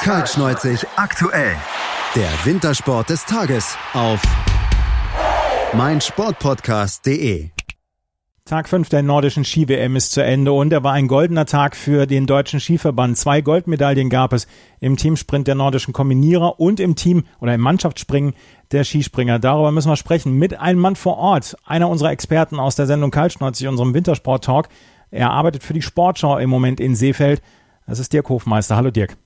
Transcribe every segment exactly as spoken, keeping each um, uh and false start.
Kaltschneuzig aktuell. Der Wintersport des Tages auf meinsportpodcast punkt de. Tag fünf der nordischen Ski-W M ist zu Ende und er war ein goldener Tag für den deutschen Skiverband. Zwei Goldmedaillen gab es im Teamsprint der nordischen Kombinierer und im Team- oder im Mannschaftsspringen der Skispringer. Darüber müssen wir sprechen mit einem Mann vor Ort, einer unserer Experten aus der Sendung Kaltschneuzig, unserem Wintersport-Talk. Er arbeitet für die Sportschau im Moment in Seefeld. Das ist Dirk Hofmeister. Hallo Dirk.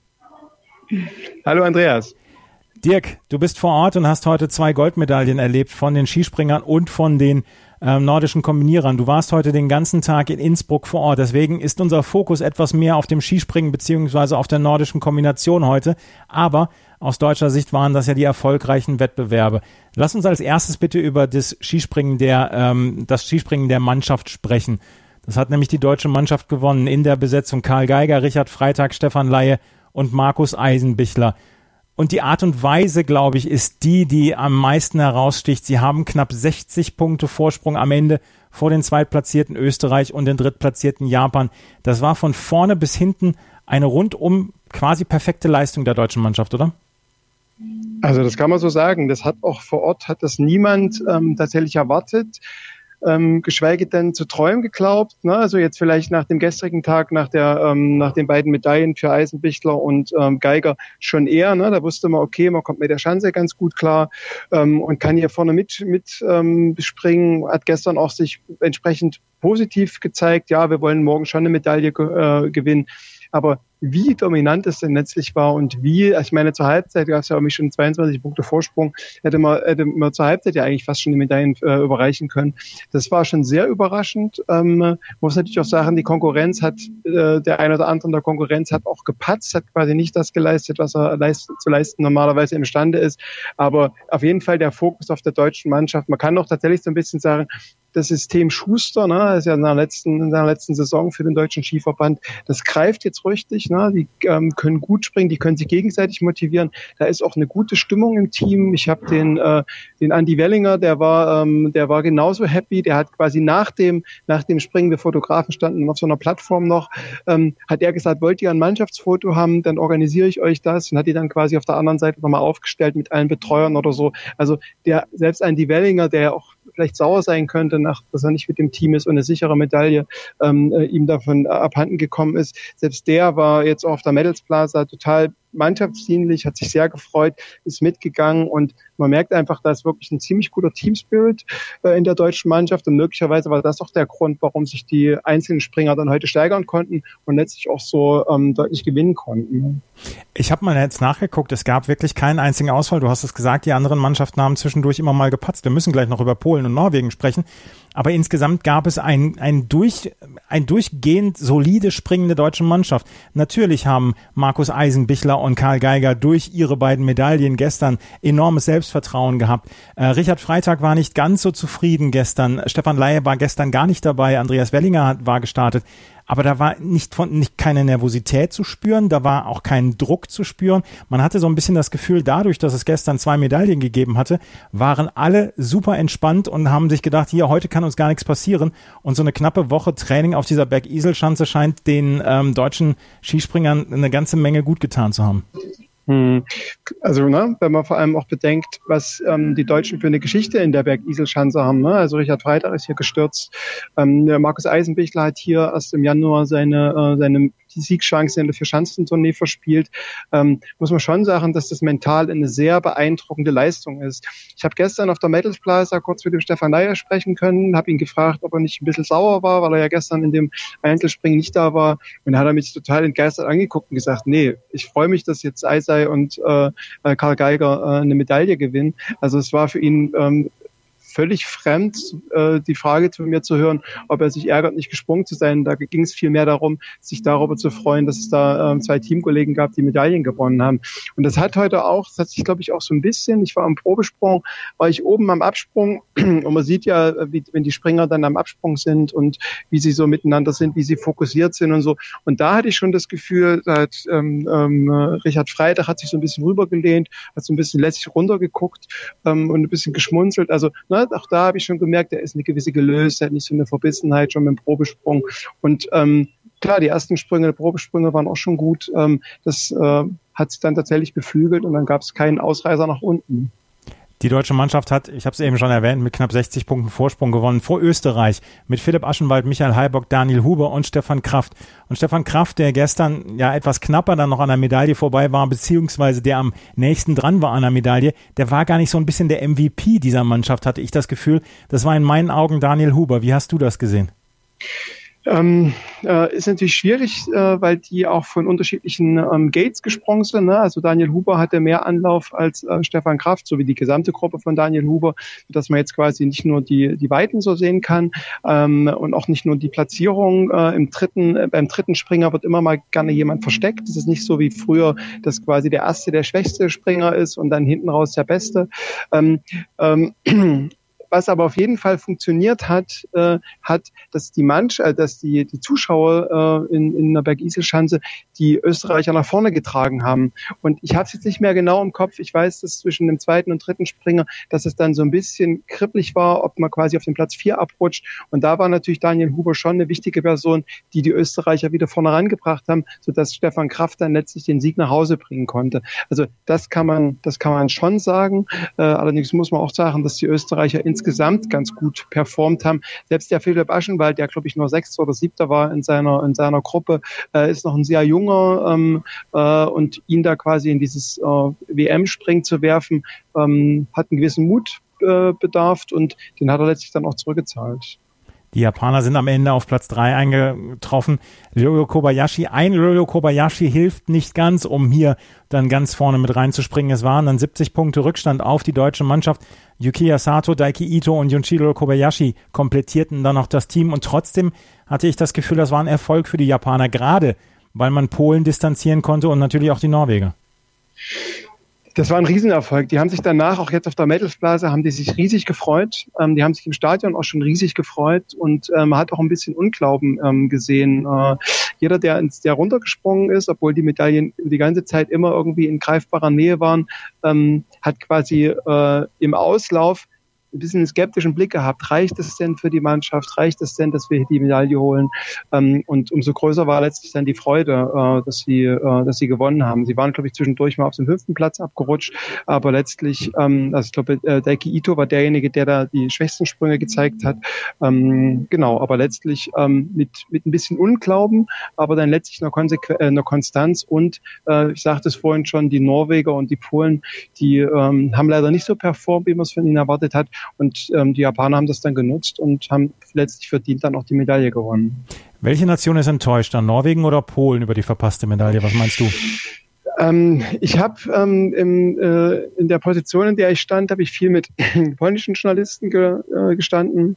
Hallo Andreas. Dirk, du bist vor Ort und hast heute zwei Goldmedaillen erlebt von den Skispringern und von den ähm, nordischen Kombinierern. Du warst heute den ganzen Tag in Innsbruck vor Ort. Deswegen ist unser Fokus etwas mehr auf dem Skispringen beziehungsweise auf der nordischen Kombination heute. Aber aus deutscher Sicht waren das ja die erfolgreichen Wettbewerbe. Lass uns als erstes bitte über das Skispringen der, ähm, das Skispringen der Mannschaft sprechen. Das hat nämlich die deutsche Mannschaft gewonnen in der Besetzung Karl Geiger, Richard Freitag, Stefan Laie und Markus Eisenbichler. Und die Art und Weise, glaube ich, ist die, die am meisten heraussticht. Sie haben knapp sechzig Punkte Vorsprung am Ende vor den zweitplatzierten Österreich und den drittplatzierten Japan. Das war von vorne bis hinten eine rundum quasi perfekte Leistung der deutschen Mannschaft, oder? Also das kann man so sagen. Das hat auch vor Ort, hat das niemand ähm, tatsächlich erwartet. Ähm, geschweige denn zu träumen geglaubt. Ne? Also jetzt vielleicht nach dem gestrigen Tag, nach der, ähm, nach den beiden Medaillen für Eisenbichler und ähm, Geiger schon eher. Ne? Da wusste man, okay, man kommt mit der Schanze ganz gut klar ähm, und kann hier vorne mit mit ähm, springen. Hat gestern auch sich entsprechend positiv gezeigt. Ja, wir wollen morgen schon eine Medaille äh, gewinnen. Aber wie dominant es denn letztlich war und wie, ich meine, zur Halbzeit gab es ja irgendwie schon zweiundzwanzig Punkte Vorsprung, hätte man, hätte man zur Halbzeit ja eigentlich fast schon die Medaillen äh, überreichen können. Das war schon sehr überraschend. Ähm, man muss natürlich auch sagen, die Konkurrenz hat, äh, der eine oder andere in der Konkurrenz hat auch gepatzt, hat quasi nicht das geleistet, was er leist, zu leisten normalerweise imstande ist. Aber auf jeden Fall der Fokus auf der deutschen Mannschaft. Man kann doch tatsächlich so ein bisschen sagen, das System Schuster, ne, das ist ja in der letzten, in der letzten Saison für den deutschen Skiverband, das greift jetzt richtig, ne, die ähm, können gut springen, die können sich gegenseitig motivieren, da ist auch eine gute Stimmung im Team. Ich habe den, äh, den Andi Wellinger, der war, ähm, der war genauso happy, der hat quasi nach dem, nach dem Springen, wir Fotografen standen auf so einer Plattform noch, ähm, hat er gesagt, wollt ihr ein Mannschaftsfoto haben, dann organisiere ich euch das und hat die dann quasi auf der anderen Seite nochmal aufgestellt mit allen Betreuern oder so. Also der, selbst Andi Wellinger, der ja auch vielleicht sauer sein könnte, nach, dass er nicht mit dem Team ist und eine sichere Medaille ähm, äh, ihm davon äh, abhanden gekommen ist. Selbst der war jetzt auf der Medals Plaza total mannschaftsdienlich, hat sich sehr gefreut, ist mitgegangen und man merkt einfach, da ist wirklich ein ziemlich guter Teamspirit äh, in der deutschen Mannschaft und möglicherweise war das auch der Grund, warum sich die einzelnen Springer dann heute steigern konnten und letztlich auch so ähm, deutlich gewinnen konnten. Ich habe mal jetzt nachgeguckt, es gab wirklich keinen einzigen Ausfall. Du hast es gesagt, die anderen Mannschaften haben zwischendurch immer mal gepatzt. Wir müssen gleich noch über Polen und Norwegen sprechen. Aber insgesamt gab es ein, ein, durch, ein durchgehend solide springende deutsche Mannschaft. Natürlich haben Markus Eisenbichler und Karl Geiger durch ihre beiden Medaillen gestern enormes Selbstvertrauen gehabt. Äh, Richard Freitag war nicht ganz so zufrieden gestern. Stefan Laie war gestern gar nicht dabei. Andreas Wellinger hat, war gestartet. Aber da war nicht von, nicht keine Nervosität zu spüren, da war auch kein Druck zu spüren. Man hatte so ein bisschen das Gefühl, dadurch, dass es gestern zwei Medaillen gegeben hatte, waren alle super entspannt und haben sich gedacht, hier, heute kann uns gar nichts passieren. Und so eine knappe Woche Training auf dieser Bergiselschanze scheint den ähm, deutschen Skispringern eine ganze Menge gut getan zu haben. Also, ne, wenn man vor allem auch bedenkt, was ähm, die Deutschen für eine Geschichte in der Bergiselschanze haben. Ne? Also Richard Freitag ist hier gestürzt. Ähm, der Markus Eisenbichler hat hier erst im Januar seine, äh, seine die Siegchance in der Vier-Schanzentournee verspielt. Ähm, muss man schon sagen, dass das mental eine sehr beeindruckende Leistung ist. Ich habe gestern auf der Medals Plaza kurz mit dem Stefan Laie sprechen können, habe ihn gefragt, ob er nicht ein bisschen sauer war, weil er ja gestern in dem Einzelspringen nicht da war. Und da hat er mich total entgeistert angeguckt und gesagt, nee, ich freue mich, dass jetzt Eisei und äh, Karl Geiger äh, eine Medaille gewinnen. Also es war für ihn ähm, völlig fremd, äh, die Frage zu mir zu hören, ob er sich ärgert, nicht gesprungen zu sein. Da ging es viel mehr darum, sich darüber zu freuen, dass es da äh, zwei Teamkollegen gab, die Medaillen gewonnen haben. Und das hat heute auch, das hat sich, glaube ich, auch so ein bisschen, ich war am Probesprung, war ich oben am Absprung und man sieht ja, wie, wenn die Springer dann am Absprung sind und wie sie so miteinander sind, wie sie fokussiert sind und so. Und da hatte ich schon das Gefühl, da hat ähm, ähm, Richard Freitag hat sich so ein bisschen rübergelehnt, hat so ein bisschen lässig runtergeguckt ähm, und ein bisschen geschmunzelt. Also, na, auch da habe ich schon gemerkt, er ist eine gewisse Gelöst, er hat nicht so eine Verbissenheit schon mit dem Probesprung. Und ähm, klar, die ersten Sprünge, die Probesprünge waren auch schon gut. Ähm, das äh, hat es dann tatsächlich beflügelt und dann gab es keinen Ausreißer nach unten. Die deutsche Mannschaft hat, ich habe es eben schon erwähnt, mit knapp sechzig Punkten Vorsprung gewonnen vor Österreich mit Philipp Aschenwald, Michael Heibock, Daniel Huber und Stefan Kraft. Und Stefan Kraft, der gestern ja etwas knapper dann noch an der Medaille vorbei war, beziehungsweise der am nächsten dran war an der Medaille, der war gar nicht so ein bisschen der M V P dieser Mannschaft, hatte ich das Gefühl. Das war in meinen Augen Daniel Huber. Wie hast du das gesehen? Ähm, äh, ist natürlich schwierig, äh, weil die auch von unterschiedlichen ähm, Gates gesprungen sind. Ne? Also Daniel Huber hatte mehr Anlauf als äh, Stefan Kraft, so wie die gesamte Gruppe von Daniel Huber, dass man jetzt quasi nicht nur die die Weiten so sehen kann ähm, und auch nicht nur die Platzierung. Äh, im dritten, äh, beim dritten Springer wird immer mal gerne jemand versteckt. Das ist nicht so wie früher, dass quasi der erste der schwächste Springer ist und dann hinten raus der beste. Ähm, ähm, Was aber auf jeden Fall funktioniert hat, äh, hat, dass die Mannschaft, äh, dass die die Zuschauer äh, in, in der Bergisel-Schanze die Österreicher nach vorne getragen haben. Und ich habe es jetzt nicht mehr genau im Kopf. Ich weiß, dass zwischen dem zweiten und dritten Springer, dass es dann so ein bisschen kribbelig war, ob man quasi auf den Platz vier abrutscht. Und da war natürlich Daniel Huber schon eine wichtige Person, die die Österreicher wieder vorne rangebracht haben, sodass Stefan Kraft dann letztlich den Sieg nach Hause bringen konnte. Also das kann man, das kann man schon sagen. Äh, allerdings muss man auch sagen, dass die Österreicher insgesamt ganz gut performt haben. Selbst der Philipp Aschenwald, der glaube ich nur Sechster oder Siebter war in seiner in seiner Gruppe, äh, ist noch ein sehr junger ähm, äh, und ihn da quasi in dieses äh, W M-Springen zu werfen, ähm, hat einen gewissen Mut äh, bedarf und den hat er letztlich dann auch zurückgezahlt. Die Japaner sind am Ende auf Platz drei eingetroffen. Ryo Kobayashi, ein Ryo Kobayashi hilft nicht ganz, um hier dann ganz vorne mit reinzuspringen. Es waren dann siebzig Punkte Rückstand auf die deutsche Mannschaft. Yukiya Sato, Daiki Ito und Junshiro Kobayashi komplettierten dann noch das Team. Und trotzdem hatte ich das Gefühl, das war ein Erfolg für die Japaner, gerade weil man Polen distanzieren konnte und natürlich auch die Norweger. Das war ein Riesenerfolg. Die haben sich danach, auch jetzt auf der Medalsblase, haben die sich riesig gefreut. Ähm, die haben sich im Stadion auch schon riesig gefreut und äh, man hat auch ein bisschen Unglauben ähm, gesehen. Äh, jeder, der ins der runtergesprungen ist, obwohl die Medaillen die ganze Zeit immer irgendwie in greifbarer Nähe waren, ähm, hat quasi äh, im Auslauf ein bisschen einen skeptischen Blick gehabt. Reicht es denn für die Mannschaft? Reicht es denn, dass wir die Medaille holen? Ähm, und umso größer war letztlich dann die Freude, äh, dass sie, äh, dass sie gewonnen haben. Sie waren, glaube ich, zwischendurch mal auf dem fünften Platz abgerutscht, aber letztlich, ähm, also ich glaube, äh, Daiki Ito war derjenige, der da die schwächsten Sprünge gezeigt hat. Ähm, genau, aber letztlich ähm, mit mit ein bisschen Unglauben, aber dann letztlich eine, Konsequ- äh, eine Konstanz und äh, ich sagte es vorhin schon, die Norweger und die Polen, die ähm, haben leider nicht so performt, wie man es von ihnen erwartet hat. Und ähm, die Japaner haben das dann genutzt und haben letztlich verdient dann auch die Medaille gewonnen. Welche Nation ist enttäuscht, dann Norwegen oder Polen über die verpasste Medaille? Was meinst du? Ähm, ich habe ähm, im, äh, in der Position, in der ich stand, habe ich viel mit polnischen Journalisten ge, äh, gestanden.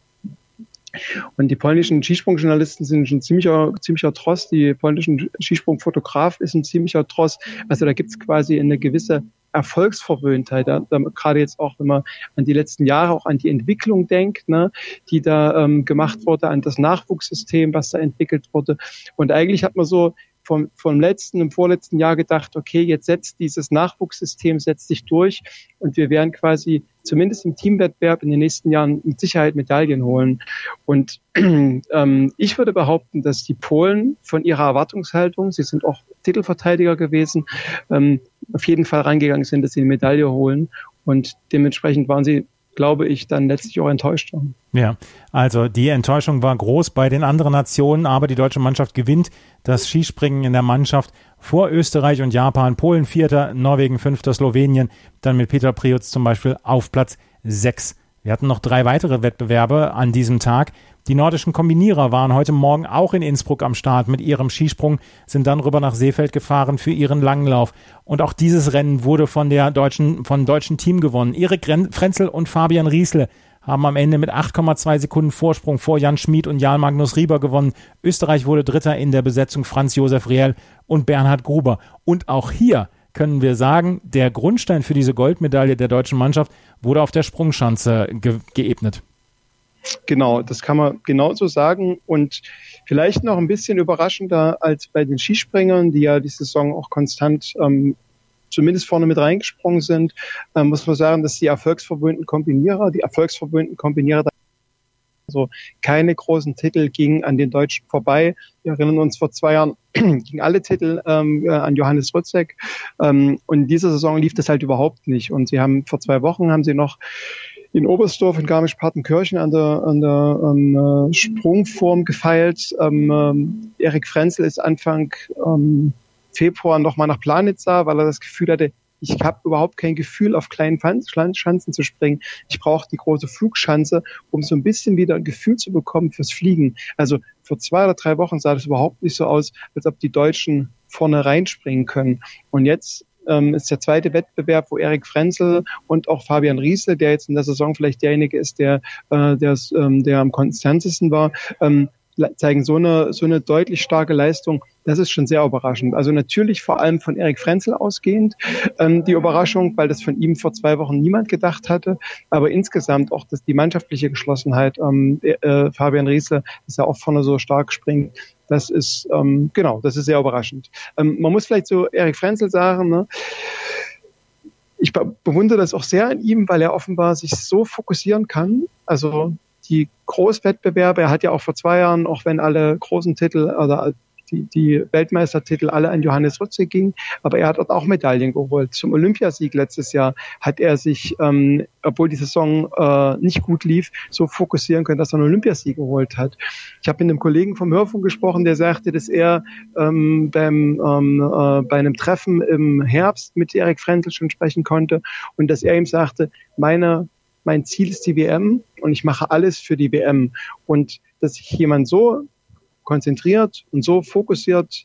Und die polnischen Skisprungjournalisten sind ein ziemlicher, ziemlicher Tross. Die polnischen Skisprungfotograf ist ein ziemlicher Tross. Also da gibt es quasi eine gewisse Erfolgsverwöhntheit, da, da, gerade jetzt auch, wenn man an die letzten Jahre, auch an die Entwicklung denkt, ne, die da ähm, gemacht wurde, an das Nachwuchssystem, was da entwickelt wurde. Und eigentlich hat man so vom, vom letzten, im vorletzten Jahr gedacht, okay, jetzt setzt dieses Nachwuchssystem, setzt sich durch und wir werden quasi zumindest im Teamwettbewerb in den nächsten Jahren mit Sicherheit Medaillen holen. Und ähm, ich würde behaupten, dass die Polen von ihrer Erwartungshaltung, sie sind auch Titelverteidiger gewesen, ähm, auf jeden Fall reingegangen sind, dass sie eine Medaille holen. Und dementsprechend waren sie, glaube ich, dann letztlich auch enttäuscht. Ja, also die Enttäuschung war groß bei den anderen Nationen, aber die deutsche Mannschaft gewinnt das Skispringen in der Mannschaft vor Österreich und Japan. Polen Vierter, Norwegen Fünfter, Slowenien dann mit Peter Priutz zum Beispiel auf Platz sechs. Wir hatten noch drei weitere Wettbewerbe an diesem Tag. Die nordischen Kombinierer waren heute Morgen auch in Innsbruck am Start mit ihrem Skisprung, sind dann rüber nach Seefeld gefahren für ihren Langlauf. Und auch dieses Rennen wurde von der deutschen, von deutschen Team gewonnen. Erik Frenzel und Fabian Riesle haben am Ende mit acht Komma zwei Sekunden Vorsprung vor Jan Schmid und Jarl Magnus Rieber gewonnen. Österreich wurde Dritter in der Besetzung, Franz Josef Riel und Bernhard Gruber. Und auch hier können wir sagen, der Grundstein für diese Goldmedaille der deutschen Mannschaft wurde auf der Sprungschanze ge- geebnet. Genau, das kann man genauso sagen und vielleicht noch ein bisschen überraschender als bei den Skispringern, die ja die Saison auch konstant ähm, zumindest vorne mit reingesprungen sind, ähm, muss man sagen, dass die erfolgsverwöhnten Kombinierer, die erfolgsverwöhnten Kombinierer Also keine großen Titel gingen an den Deutschen vorbei. Wir erinnern uns, vor zwei Jahren gingen alle Titel ähm, an Johannes Rützek. Ähm, und in dieser Saison lief das halt überhaupt nicht. Und sie haben vor zwei Wochen haben sie noch in Oberstdorf in Garmisch-Partenkirchen an der, an der ähm, Sprungform gefeilt. Ähm, ähm, Erik Frenzel ist Anfang ähm, Februar nochmal nach Planitza, weil er das Gefühl hatte, ich habe überhaupt kein Gefühl, auf kleinen Schanzen zu springen. Ich brauche die große Flugschanze, um so ein bisschen wieder ein Gefühl zu bekommen fürs Fliegen. Also vor zwei oder drei Wochen sah das überhaupt nicht so aus, als ob die Deutschen vorne reinspringen können. Und jetzt ähm, ist der zweite Wettbewerb, wo Erik Frenzel und auch Fabian Riesle, der jetzt in der Saison vielleicht derjenige ist, der, äh, der, ähm, der am konstantesten war, ähm, zeigen so eine, so eine deutlich starke Leistung. Das ist schon sehr überraschend. Also natürlich vor allem von Erik Frenzel ausgehend ähm, die Überraschung, weil das von ihm vor zwei Wochen niemand gedacht hatte. Aber insgesamt auch das, die mannschaftliche Geschlossenheit. Ähm, äh, Fabian Riesle, dass er auch vorne so stark springt, das ist, ähm, genau, das ist sehr überraschend. Ähm, man muss vielleicht so Erik Frenzel sagen, ne? Ich be- bewundere das auch sehr an ihm, weil er offenbar sich so fokussieren kann. Also die Großwettbewerbe, er hat ja auch vor zwei Jahren, auch wenn alle großen Titel oder die, die Weltmeistertitel alle an Johannes Rützek gingen, aber er hat dort auch Medaillen geholt. Zum Olympiasieg letztes Jahr hat er sich, ähm, obwohl die Saison äh, nicht gut lief, so fokussieren können, dass er einen Olympiasieg geholt hat. Ich habe mit einem Kollegen vom Hörfunk gesprochen, der sagte, dass er ähm, beim ähm, äh, bei einem Treffen im Herbst mit Erik Frenzel schon sprechen konnte und dass er ihm sagte, meine Mein Ziel ist die W M und ich mache alles für die W M. Und dass sich jemand so konzentriert und so fokussiert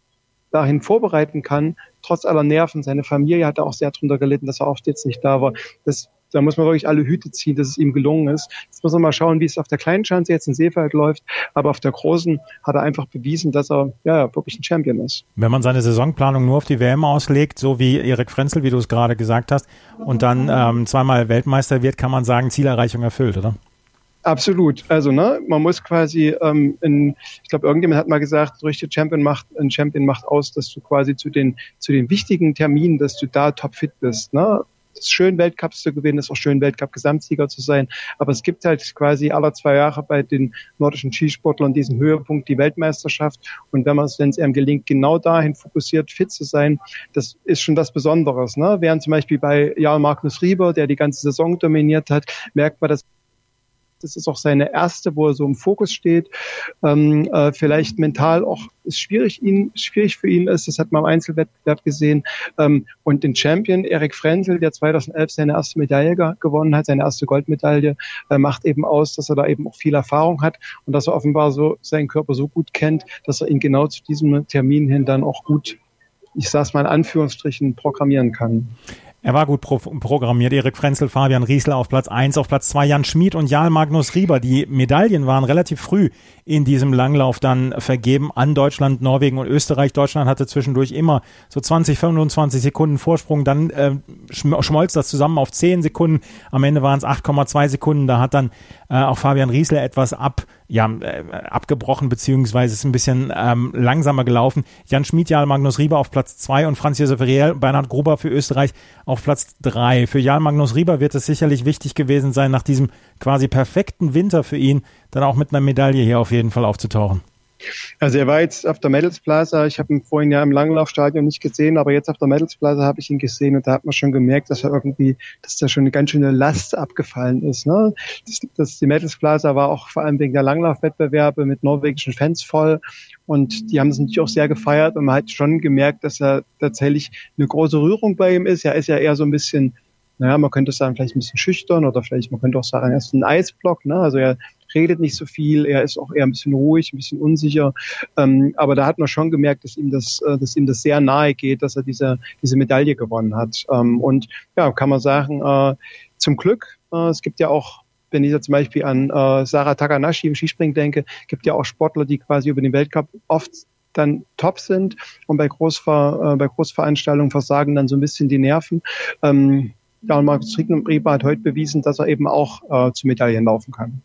dahin vorbereiten kann, trotz aller Nerven. Seine Familie hat da auch sehr drunter gelitten, dass er oft jetzt nicht da war. Das, da muss man wirklich alle Hüte ziehen, dass es ihm gelungen ist. Jetzt muss man mal schauen, wie es auf der kleinen Schanze jetzt in Seefeld läuft. Aber auf der großen hat er einfach bewiesen, dass er ja wirklich ein Champion ist. Wenn man seine Saisonplanung nur auf die W M auslegt, so wie Erik Frenzel, wie du es gerade gesagt hast, und dann ähm, zweimal Weltmeister wird, kann man sagen, Zielerreichung erfüllt, oder? Absolut. Also ne, man muss quasi, ähm, in, ich glaube, irgendjemand hat mal gesagt, ein richtiger Champion macht, ein Champion macht aus, dass du quasi zu den zu den wichtigen Terminen, dass du da topfit bist. Ne? Es ist schön, Weltcups zu gewinnen, es ist auch schön, Weltcup-Gesamtsieger zu sein. Aber es gibt halt quasi alle zwei Jahre bei den nordischen Skisportlern diesen Höhepunkt, die Weltmeisterschaft. Und wenn man es, wenn es einem gelingt, genau dahin fokussiert, fit zu sein, das ist schon was Besonderes. Ne? Während zum Beispiel bei Jarl Magnus Rieber, der die ganze Saison dominiert hat, merkt man, dass das ist auch seine erste, wo er so im Fokus steht. Ähm, äh, vielleicht mental auch ist schwierig, ihn, schwierig für ihn ist. Das hat man im Einzelwettbewerb gesehen. Ähm, und den Champion Erik Frenzel, der zweitausendelf seine erste Medaille ge- gewonnen hat, seine erste Goldmedaille, äh, macht eben aus, dass er da eben auch viel Erfahrung hat und dass er offenbar so seinen Körper so gut kennt, dass er ihn genau zu diesem Termin hin dann auch gut, ich sag's mal in Anführungsstrichen, programmieren kann. Er war gut pro- programmiert. Erik Frenzel, Fabian Riesle auf Platz eins, auf Platz zwei Jan Schmid und Jarl Magnus Rieber. Die Medaillen waren relativ früh in diesem Langlauf dann vergeben an Deutschland, Norwegen und Österreich. Deutschland hatte zwischendurch immer so zwanzig, fünfundzwanzig Sekunden Vorsprung. Dann äh, schmolz das zusammen auf zehn Sekunden. Am Ende waren es acht Komma zwei Sekunden. Da hat dann äh, auch Fabian Riesle etwas ab, ja, äh, abgebrochen, beziehungsweise ist ein bisschen ähm, langsamer gelaufen. Jan Schmid, Jarl Magnus Rieber auf Platz zwei und Franz Josef Riel, Bernhard Gruber für Österreich auf Platz drei. Für Jarl Magnus Rieber wird es sicherlich wichtig gewesen sein, nach diesem quasi perfekten Winter für ihn, dann auch mit einer Medaille hier auf jeden Fall aufzutauchen. Also er war jetzt auf der Medals Plaza, ich habe ihn vorhin ja im Langlaufstadion nicht gesehen, aber jetzt auf der Medals Plaza habe ich ihn gesehen und da hat man schon gemerkt, dass er irgendwie, dass da schon eine ganz schöne Last abgefallen ist. Ne? Das, das, die Medals Plaza war auch vor allem wegen der Langlaufwettbewerbe mit norwegischen Fans voll und die haben es natürlich auch sehr gefeiert und man hat schon gemerkt, dass er tatsächlich eine große Rührung bei ihm ist. Er ist ja eher so ein bisschen, naja, man könnte sagen, vielleicht ein bisschen schüchtern oder vielleicht, man könnte auch sagen, er ist ein Eisblock, ne? Also er redet nicht so viel, er ist auch eher ein bisschen ruhig, ein bisschen unsicher, ähm, aber da hat man schon gemerkt, dass ihm das, äh, dass ihm das sehr nahe geht, dass er diese, diese Medaille gewonnen hat. Ähm, und ja, kann man sagen, äh, zum Glück, äh, es gibt ja auch, wenn ich jetzt zum Beispiel an äh, Sarah Takanashi im Skispringen denke, gibt ja auch Sportler, die quasi über den Weltcup oft dann top sind und bei, Großver, äh, bei Großveranstaltungen versagen dann so ein bisschen die Nerven. Ähm, Ja, und Markus Rieber hat heute bewiesen, dass er eben auch äh, zu Medaillen laufen kann.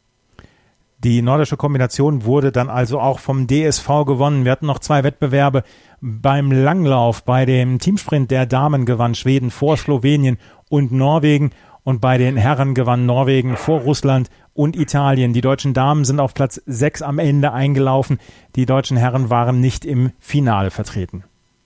Die nordische Kombination wurde dann also auch vom D S V gewonnen. Wir hatten noch zwei Wettbewerbe beim Langlauf. Bei dem Teamsprint der Damen gewann Schweden vor Slowenien und Norwegen. und bei den Herren gewann Norwegen vor Russland und Italien. Die deutschen Damen sind auf Platz sechs am Ende eingelaufen. Die deutschen Herren waren nicht im Finale vertreten.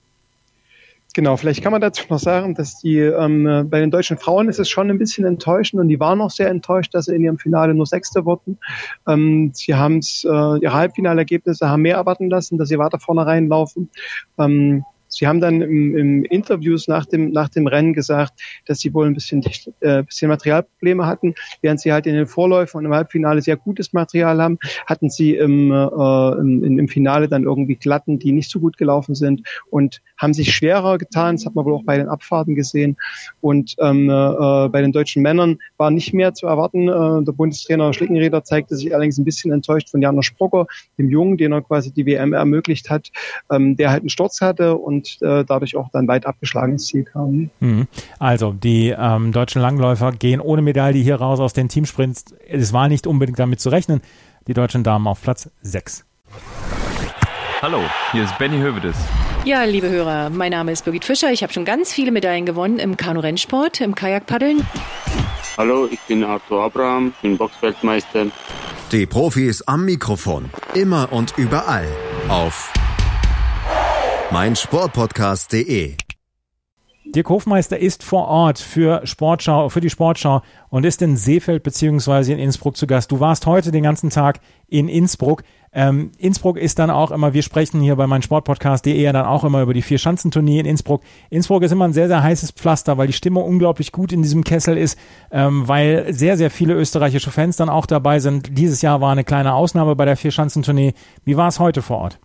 Genau, vielleicht kann man dazu noch sagen, dass die ähm, bei den deutschen Frauen ist es schon ein bisschen enttäuschend und die waren auch sehr enttäuscht, dass sie in ihrem Finale nur Sechste wurden. Ähm, sie haben es, äh, ihre Halbfinalergebnisse haben mehr erwarten lassen, dass sie weiter vorne reinlaufen. Ähm, Sie haben dann im, im Interviews nach dem, nach dem Rennen gesagt, dass sie wohl ein bisschen, äh, bisschen Materialprobleme hatten. Während sie halt in den Vorläufen und im Halbfinale sehr gutes Material haben, hatten sie im, äh, im, im Finale dann irgendwie Glatten, die nicht so gut gelaufen sind und haben sich schwerer getan. Das hat man wohl auch bei den Abfahrten gesehen. Und ähm, äh, bei den deutschen Männern war nicht mehr zu erwarten. Äh, der Bundestrainer Schlickenrieder zeigte sich allerdings ein bisschen enttäuscht von Janer Sprocker, dem Jungen, den er quasi die W M ermöglicht hat, ähm, der halt einen Sturz hatte und äh, dadurch auch dann weit abgeschlagen ins Ziel kam. Also die ähm, deutschen Langläufer gehen ohne Medaille hier raus aus den Teamsprints. Es war nicht unbedingt damit zu rechnen. Die deutschen Damen auf Platz sechs. Hallo, hier ist Benny Hövedes. Ja, liebe Hörer, mein Name ist Birgit Fischer. Ich habe schon ganz viele Medaillen gewonnen im Kanu-Rennsport, im Kajakpaddeln. Hallo, ich bin Arthur Abraham, bin Boxweltmeister. Die Profis am Mikrofon, immer und überall auf meinsportpodcast punkt de. Dirk Hofmeister ist vor Ort für Sportschau, für die Sportschau und ist in Seefeld bzw. in Innsbruck zu Gast. Du warst heute den ganzen Tag in Innsbruck. Ähm, Innsbruck ist dann auch immer, wir sprechen hier bei meinsportpodcast punkt de ja dann auch immer über die Vier-Schanzentournee in Innsbruck. Innsbruck ist immer ein sehr, sehr heißes Pflaster, weil die Stimmung unglaublich gut in diesem Kessel ist, ähm, weil sehr, sehr viele österreichische Fans dann auch dabei sind. Dieses Jahr war eine kleine Ausnahme bei der Vier-Schanzentournee. Wie war es heute vor Ort?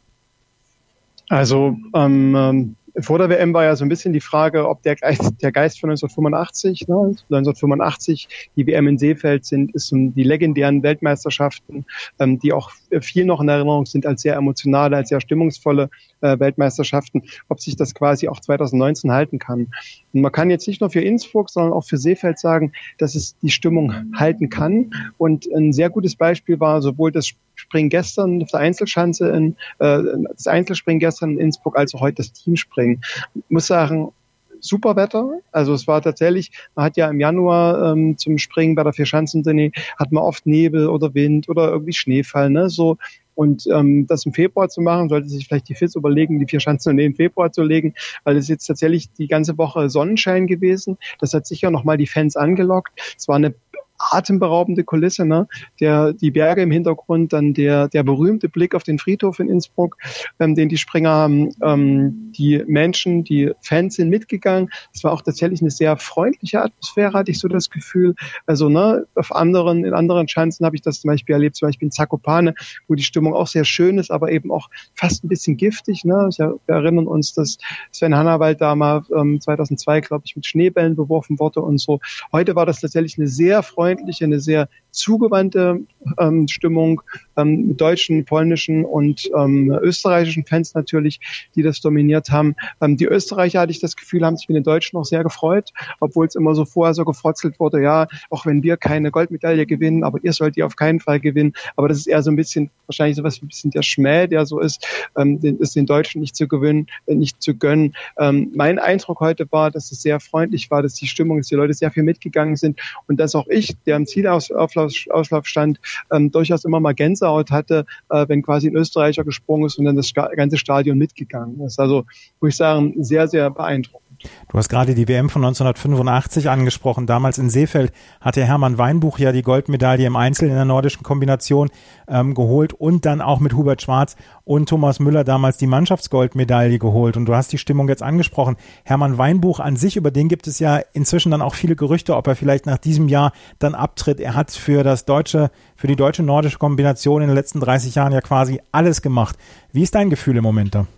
Also ähm, vor der W M war ja so ein bisschen die Frage, ob der Geist, der Geist von neunzehnhundertfünfundachtzig, ne, neunzehnhundertfünfundachtzig, die W M in Seefeld sind, ist um die legendären Weltmeisterschaften, ähm, die auch viel noch in Erinnerung sind als sehr emotionale, als sehr stimmungsvolle äh, Weltmeisterschaften, ob sich das quasi auch zweitausendneunzehn halten kann. Und man kann jetzt nicht nur für Innsbruck, sondern auch für Seefeld sagen, dass es die Stimmung halten kann. Und ein sehr gutes Beispiel war sowohl das Springen gestern auf der Einzelschanze, in, äh, das Einzelspringen gestern in Innsbruck, als auch heute das Teamspringen. Ich muss sagen, super Wetter. Also es war tatsächlich, man hat ja im Januar ähm, zum Springen bei der Vierschanzentournee, hat man oft Nebel oder Wind oder irgendwie Schneefall, ne, so. Und ähm, das im Februar zu machen, sollte sich vielleicht die F I S überlegen, die Vierschanzentournee im Februar zu legen, weil es jetzt tatsächlich die ganze Woche Sonnenschein gewesen. Das hat sicher nochmal die Fans angelockt. Es war eine atemberaubende Kulisse, ne? Der, die Berge im Hintergrund, dann der, der berühmte Blick auf den Friedhof in Innsbruck, ähm, den die Springer haben, ähm, die Menschen, die Fans sind mitgegangen. Es war auch tatsächlich eine sehr freundliche Atmosphäre, hatte ich so das Gefühl. Also, ne, auf anderen, in anderen Schanzen habe ich das zum Beispiel erlebt, zum Beispiel in Zakopane, wo die Stimmung auch sehr schön ist, aber eben auch fast ein bisschen giftig, ne? Wir erinnern uns, dass Sven Hannawald da mal, ähm, zweitausendzwei, glaube ich, mit Schneebällen beworfen wurde und so. Heute war das tatsächlich eine sehr freundliche, eine sehr zugewandte ähm, Stimmung ähm, mit deutschen, polnischen und ähm, österreichischen Fans natürlich, die das dominiert haben. Ähm, die Österreicher, hatte ich das Gefühl, haben sich mit den Deutschen auch sehr gefreut, obwohl es immer so vorher so gefrotzelt wurde, ja, auch wenn wir keine Goldmedaille gewinnen, aber ihr sollt die auf keinen Fall gewinnen. Aber das ist eher so ein bisschen, wahrscheinlich sowas wie ein bisschen der Schmäh, der so ist, ähm, den, ist den Deutschen nicht zu gewinnen, äh, nicht zu gönnen. Ähm, mein Eindruck heute war, dass es sehr freundlich war, dass die Stimmung, dass die Leute sehr viel mitgegangen sind und dass auch ich, der am Zielauslauf stand, ähm, durchaus immer mal Gänsehaut hatte, äh, wenn quasi ein Österreicher gesprungen ist und dann das ganze Stadion mitgegangen ist. Also, muss ich sagen, sehr, sehr beeindruckend. Du hast gerade die W M von neunzehnhundertfünfundachtzig angesprochen. Damals in Seefeld hatte Hermann Weinbuch ja die Goldmedaille im Einzel in der nordischen Kombination ähm, geholt und dann auch mit Hubert Schwarz und Thomas Müller damals die Mannschaftsgoldmedaille geholt. Und du hast die Stimmung jetzt angesprochen. Hermann Weinbuch an sich, über den gibt es ja inzwischen dann auch viele Gerüchte, ob er vielleicht nach diesem Jahr dann abtritt. Er hat für das deutsche, für die deutsche nordische Kombination in den letzten dreißig Jahren ja quasi alles gemacht. Wie ist dein Gefühl im Moment da?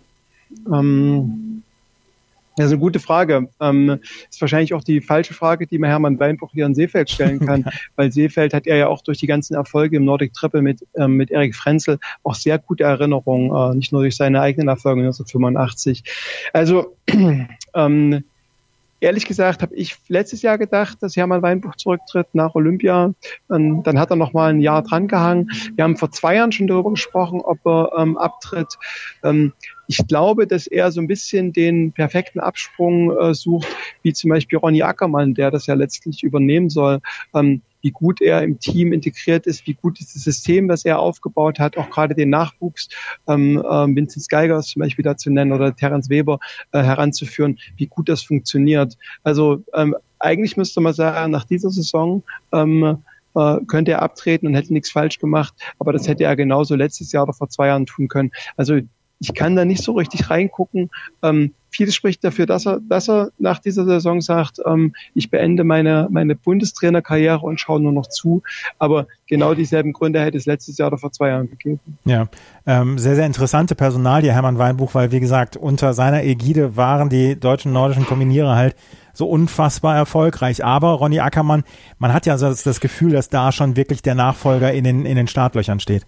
Ähm Das ist eine gute Frage. Ähm, ist wahrscheinlich auch die falsche Frage, die man Hermann Weinbuch hier in Seefeld stellen kann, ja. Weil Seefeld hat er ja auch durch die ganzen Erfolge im Nordic Triple mit ähm, mit Erik Frenzel auch sehr gute Erinnerungen, äh, nicht nur durch seine eigenen Erfolge neunzehnhundertfünfundachtzig. Also ähm, ehrlich gesagt habe ich letztes Jahr gedacht, dass Hermann Weinbuch zurücktritt nach Olympia. Und dann hat er noch mal ein Jahr dran gehangen. Wir haben vor zwei Jahren schon darüber gesprochen, ob er ähm, abtritt. Ähm, ich glaube, dass er so ein bisschen den perfekten Absprung äh, sucht, wie zum Beispiel Ronny Ackermann, der das ja letztlich übernehmen soll, ähm, wie gut er im Team integriert ist, wie gut ist das System, das er aufgebaut hat, auch gerade den Nachwuchs, ähm, äh, Vincent Geigers zum Beispiel dazu nennen oder Terence Weber äh, heranzuführen, wie gut das funktioniert. Also ähm, eigentlich müsste man sagen, nach dieser Saison ähm, äh, könnte er abtreten und hätte nichts falsch gemacht, aber das hätte er genauso letztes Jahr oder vor zwei Jahren tun können. Also ich kann da nicht so richtig reingucken. Ähm, Vieles spricht dafür, dass er, dass er nach dieser Saison sagt, ähm, ich beende meine, meine Bundestrainerkarriere und schaue nur noch zu. Aber genau dieselben Gründe hätte es letztes Jahr oder vor zwei Jahren gegeben. Ja, ähm, sehr, sehr interessante Personalie, Hermann Weinbuch, weil, wie gesagt, unter seiner Ägide waren die deutschen nordischen Kombinierer halt so unfassbar erfolgreich. Aber Ronny Ackermann, man hat ja das, das Gefühl, dass da schon wirklich der Nachfolger in den, in den Startlöchern steht.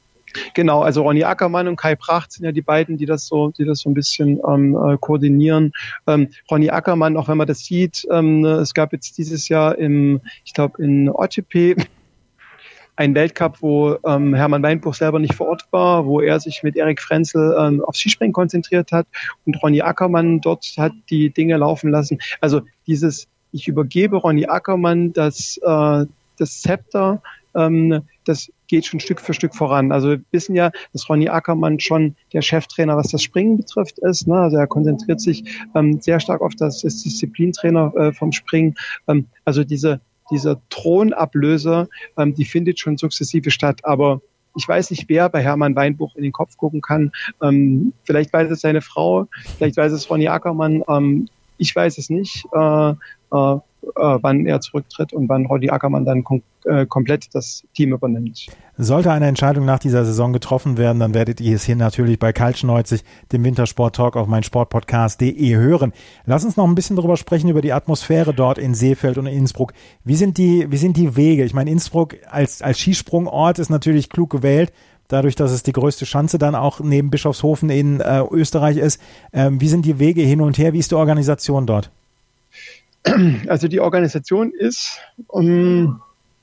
Genau, also Ronny Ackermann und Kai Pracht sind ja die beiden, die das so, die das so ein bisschen ähm, äh, koordinieren. Ähm, Ronny Ackermann, auch wenn man das sieht, ähm, es gab jetzt dieses Jahr im, ich glaube in Ottepe einen Weltcup, wo ähm, Hermann Weinbuch selber nicht vor Ort war, wo er sich mit Erik Frenzel ähm, auf Skispringen konzentriert hat und Ronny Ackermann dort hat die Dinge laufen lassen. Also dieses, ich übergebe Ronny Ackermann das, äh, das Zepter, ähm, das geht schon Stück für Stück voran. Also wir wissen ja, dass Ronny Ackermann schon der Cheftrainer, was das Springen betrifft, ist. Ne? Also er konzentriert sich ähm, sehr stark auf das, das Disziplintrainer äh, vom Springen. Ähm, also diese, dieser Thronablöser, ähm, die findet schon sukzessive statt. Aber ich weiß nicht, wer bei Hermann Weinbuch in den Kopf gucken kann. Ähm, vielleicht weiß es seine Frau, vielleicht weiß es Ronny Ackermann. Ähm, ich weiß es nicht. Äh, äh, wann er zurücktritt und wann Ronny Ackermann dann kom- äh, komplett das Team übernimmt. Sollte eine Entscheidung nach dieser Saison getroffen werden, dann werdet ihr es hier natürlich bei Kaltschneuzig, dem Wintersport-Talk auf meinsportpodcast punkt de hören. Lass uns noch ein bisschen darüber sprechen, über die Atmosphäre dort in Seefeld und in Innsbruck. Wie sind die, wie sind die Wege? Ich meine, Innsbruck als, als Skisprungort ist natürlich klug gewählt, dadurch, dass es die größte Schanze dann auch neben Bischofshofen in äh, Österreich ist. Ähm, wie sind die Wege hin und her? Wie ist die Organisation dort? Also die Organisation ist um,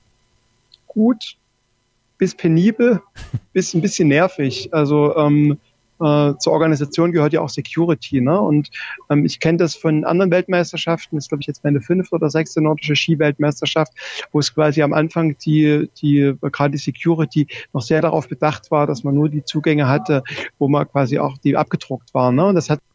gut bis penibel, bis ein bisschen nervig. Also ähm, äh, zur Organisation gehört ja auch Security, ne? Und ähm, ich kenne das von anderen Weltmeisterschaften. Das ist, glaube ich, jetzt meine fünfte oder sechste nordische Ski-Weltmeisterschaft, wo es quasi am Anfang die, die gerade die Security noch sehr darauf bedacht war, dass man nur die Zugänge hatte, wo man quasi auch die abgedruckt waren, ne? Und das hat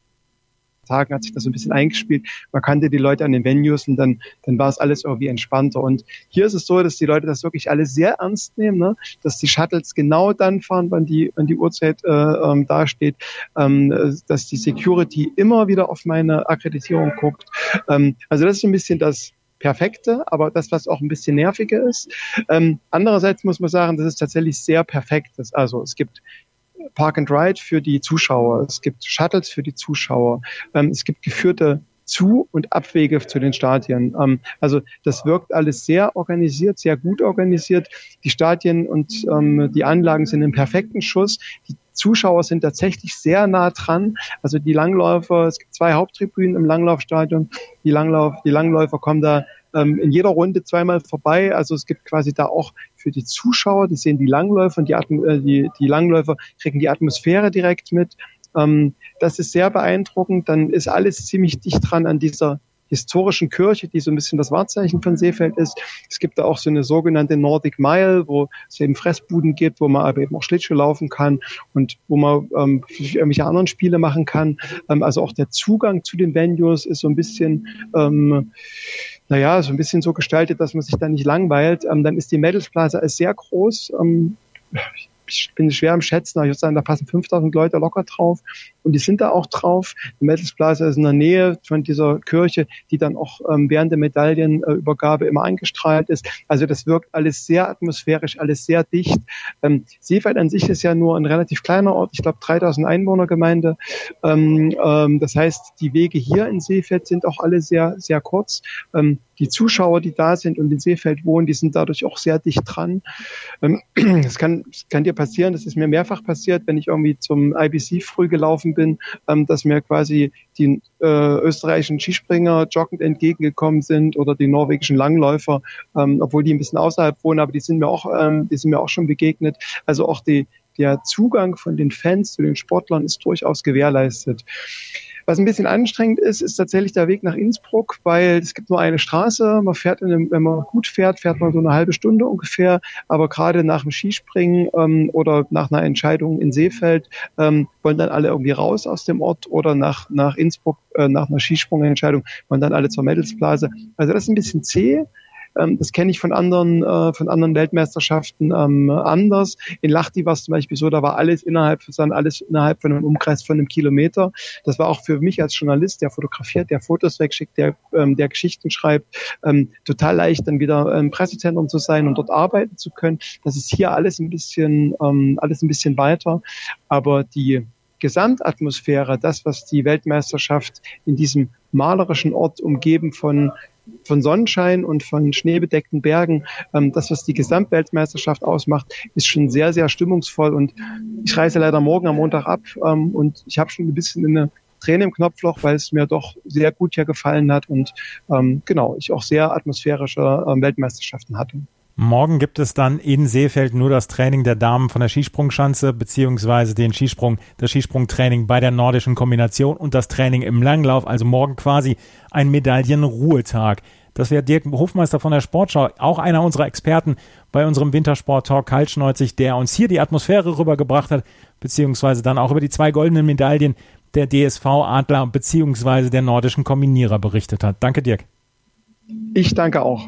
Tagen hat sich das so ein bisschen eingespielt. Man kannte die Leute an den Venues und dann, dann war es alles irgendwie entspannter. Und hier ist es so, dass die Leute das wirklich alles sehr ernst nehmen, ne? Dass die Shuttles genau dann fahren, wann die, wann die Uhrzeit äh, ähm, dasteht, ähm, dass die Security immer wieder auf meine Akkreditierung guckt. Ähm, also das ist so ein bisschen das Perfekte, aber das, was auch ein bisschen nerviger ist. Ähm, andererseits muss man sagen, dass es tatsächlich sehr perfekt ist. Also es gibt Park and Ride für die Zuschauer, es gibt Shuttles für die Zuschauer, ähm, es gibt geführte Zu- und Abwege zu den Stadien. Ähm, also das wirkt alles sehr organisiert, sehr gut organisiert. Die Stadien und ähm, die Anlagen sind im perfekten Schuss. Die Zuschauer sind tatsächlich sehr nah dran. Also die Langläufer, es gibt zwei Haupttribünen im Langlaufstadion. Die Langlauf, die Langläufer kommen da ähm, in jeder Runde zweimal vorbei. Also es gibt quasi da auch für die Zuschauer, die sehen die Langläufer und die, Atm- äh, die, die Langläufer kriegen die Atmosphäre direkt mit. Ähm, das ist sehr beeindruckend. Dann ist alles ziemlich dicht dran an dieser historischen Kirche, die so ein bisschen das Wahrzeichen von Seefeld ist. Es gibt da auch so eine sogenannte Nordic Mile, wo es eben Fressbuden gibt, wo man aber eben auch Schlittschuh laufen kann und wo man ähm, irgendwelche anderen Spiele machen kann. Ähm, also auch der Zugang zu den Venues ist so ein bisschen, ähm, naja, so ein bisschen so gestaltet, dass man sich da nicht langweilt. Ähm, dann ist die Medals Plaza ist sehr groß. Ähm, ich bin schwer am Schätzen, aber ich würde sagen, da passen fünftausend Leute locker drauf und die sind da auch drauf. Die Medals Plaza ist in der Nähe von dieser Kirche, die dann auch ähm, während der Medaillenübergabe immer angestrahlt ist. Also das wirkt alles sehr atmosphärisch, alles sehr dicht. Ähm, Seefeld an sich ist ja nur ein relativ kleiner Ort, ich glaube dreitausend Einwohnergemeinde. Ähm, ähm, das heißt, die Wege hier in Seefeld sind auch alle sehr, sehr kurz. Ähm, die Zuschauer, die da sind und in Seefeld wohnen, die sind dadurch auch sehr dicht dran. Ähm, das kann, das kann dir passieren, das ist mir mehrfach passiert, wenn ich irgendwie zum I B C früh gelaufen bin, ähm, dass mir quasi die äh, österreichischen Skispringer joggend entgegengekommen sind oder die norwegischen Langläufer, ähm, obwohl die ein bisschen außerhalb wohnen, aber die sind mir auch, ähm, die sind mir auch schon begegnet. Also auch die der Zugang von den Fans zu den Sportlern ist durchaus gewährleistet. Was ein bisschen anstrengend ist, ist tatsächlich der Weg nach Innsbruck, weil es gibt nur eine Straße. Man fährt, in einem, wenn man gut fährt, fährt man so eine halbe Stunde ungefähr. Aber gerade nach dem Skispringen ähm, oder nach einer Entscheidung in Seefeld ähm, wollen dann alle irgendwie raus aus dem Ort oder nach nach Innsbruck äh, nach einer Skisprungentscheidung wollen dann alle zur Mädelsblase. Also das ist ein bisschen zäh. Das kenne ich von anderen äh, von anderen Weltmeisterschaften ähm, anders. In Lahti war es zum Beispiel so, da war alles innerhalb von alles innerhalb von einem Umkreis von einem Kilometer. Das war auch für mich als Journalist, der fotografiert, der Fotos wegschickt, der ähm, der Geschichten schreibt, ähm, total leicht dann wieder im Pressezentrum zu sein und dort arbeiten zu können. Das ist hier alles ein bisschen ähm, alles ein bisschen weiter, aber die Gesamtatmosphäre, das, was die Weltmeisterschaft in diesem malerischen Ort umgeben von von Sonnenschein und von schneebedeckten Bergen, ähm, das, was die Gesamtweltmeisterschaft ausmacht, ist schon sehr, sehr stimmungsvoll. Und ich reise leider morgen am Montag ab ähm, und ich habe schon ein bisschen eine Träne im Knopfloch, weil es mir doch sehr gut hier gefallen hat und ähm, genau, ich auch sehr atmosphärische ähm, Weltmeisterschaften hatte. Morgen gibt es dann in Seefeld nur das Training der Damen von der Skisprungschanze beziehungsweise den Skisprung, das Skisprungtraining bei der nordischen Kombination und das Training im Langlauf, also morgen quasi ein Medaillenruhetag. Das wäre Dirk Hofmeister von der Sportschau, auch einer unserer Experten bei unserem Wintersport-Talk Kaltschneuzig, der uns hier die Atmosphäre rübergebracht hat, beziehungsweise dann auch über die zwei goldenen Medaillen der D S V-Adler beziehungsweise der nordischen Kombinierer berichtet hat. Danke, Dirk. Ich danke auch.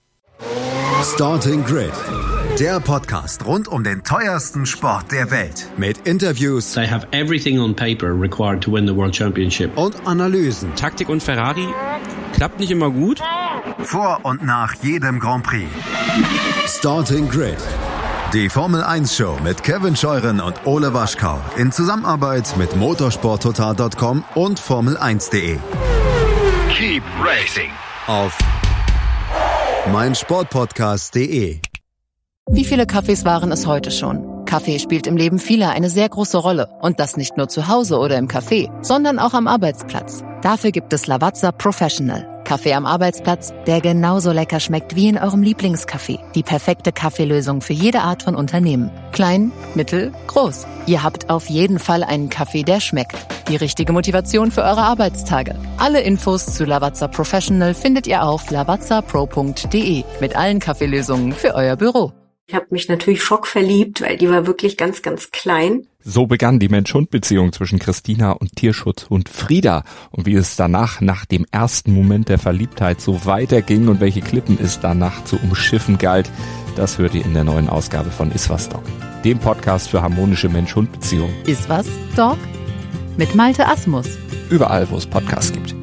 Starting Grid, der Podcast rund um den teuersten Sport der Welt. Mit Interviews. They have everything on paper required to win the World Championship. Und Analysen. Taktik und Ferrari klappt nicht immer gut. Vor und nach jedem Grand Prix. Starting Grid, die Formel eins Show mit Kevin Scheuren und Ole Waschkau in Zusammenarbeit mit motorsport total Punkt com und Formel eins Punkt de. Keep racing. Auf meinsportpodcast Punkt de. Wie viele Kaffees waren es heute schon? Kaffee spielt im Leben vieler eine sehr große Rolle. Und das nicht nur zu Hause oder im Café, sondern auch am Arbeitsplatz. Dafür gibt es Lavazza Professional. Kaffee am Arbeitsplatz, der genauso lecker schmeckt wie in eurem Lieblingscafé. Die perfekte Kaffeelösung für jede Art von Unternehmen. Klein, mittel, groß. Ihr habt auf jeden Fall einen Kaffee, der schmeckt. Die richtige Motivation für eure Arbeitstage. Alle Infos zu Lavazza Professional findet ihr auf lavazza pro punkt de mit allen Kaffeelösungen für euer Büro. Ich habe mich natürlich schockverliebt, weil die war wirklich ganz, ganz klein. So begann die Mensch-Hund-Beziehung zwischen Christina und Tierschutzhund Frieda. Und wie es danach, nach dem ersten Moment der Verliebtheit, so weiterging und welche Klippen es danach zu umschiffen galt, das hört ihr in der neuen Ausgabe von Iswas Dog, dem Podcast für harmonische Mensch-Hund-Beziehungen. Iswas Dog? Mit Malte Asmus. Überall, wo es Podcasts gibt.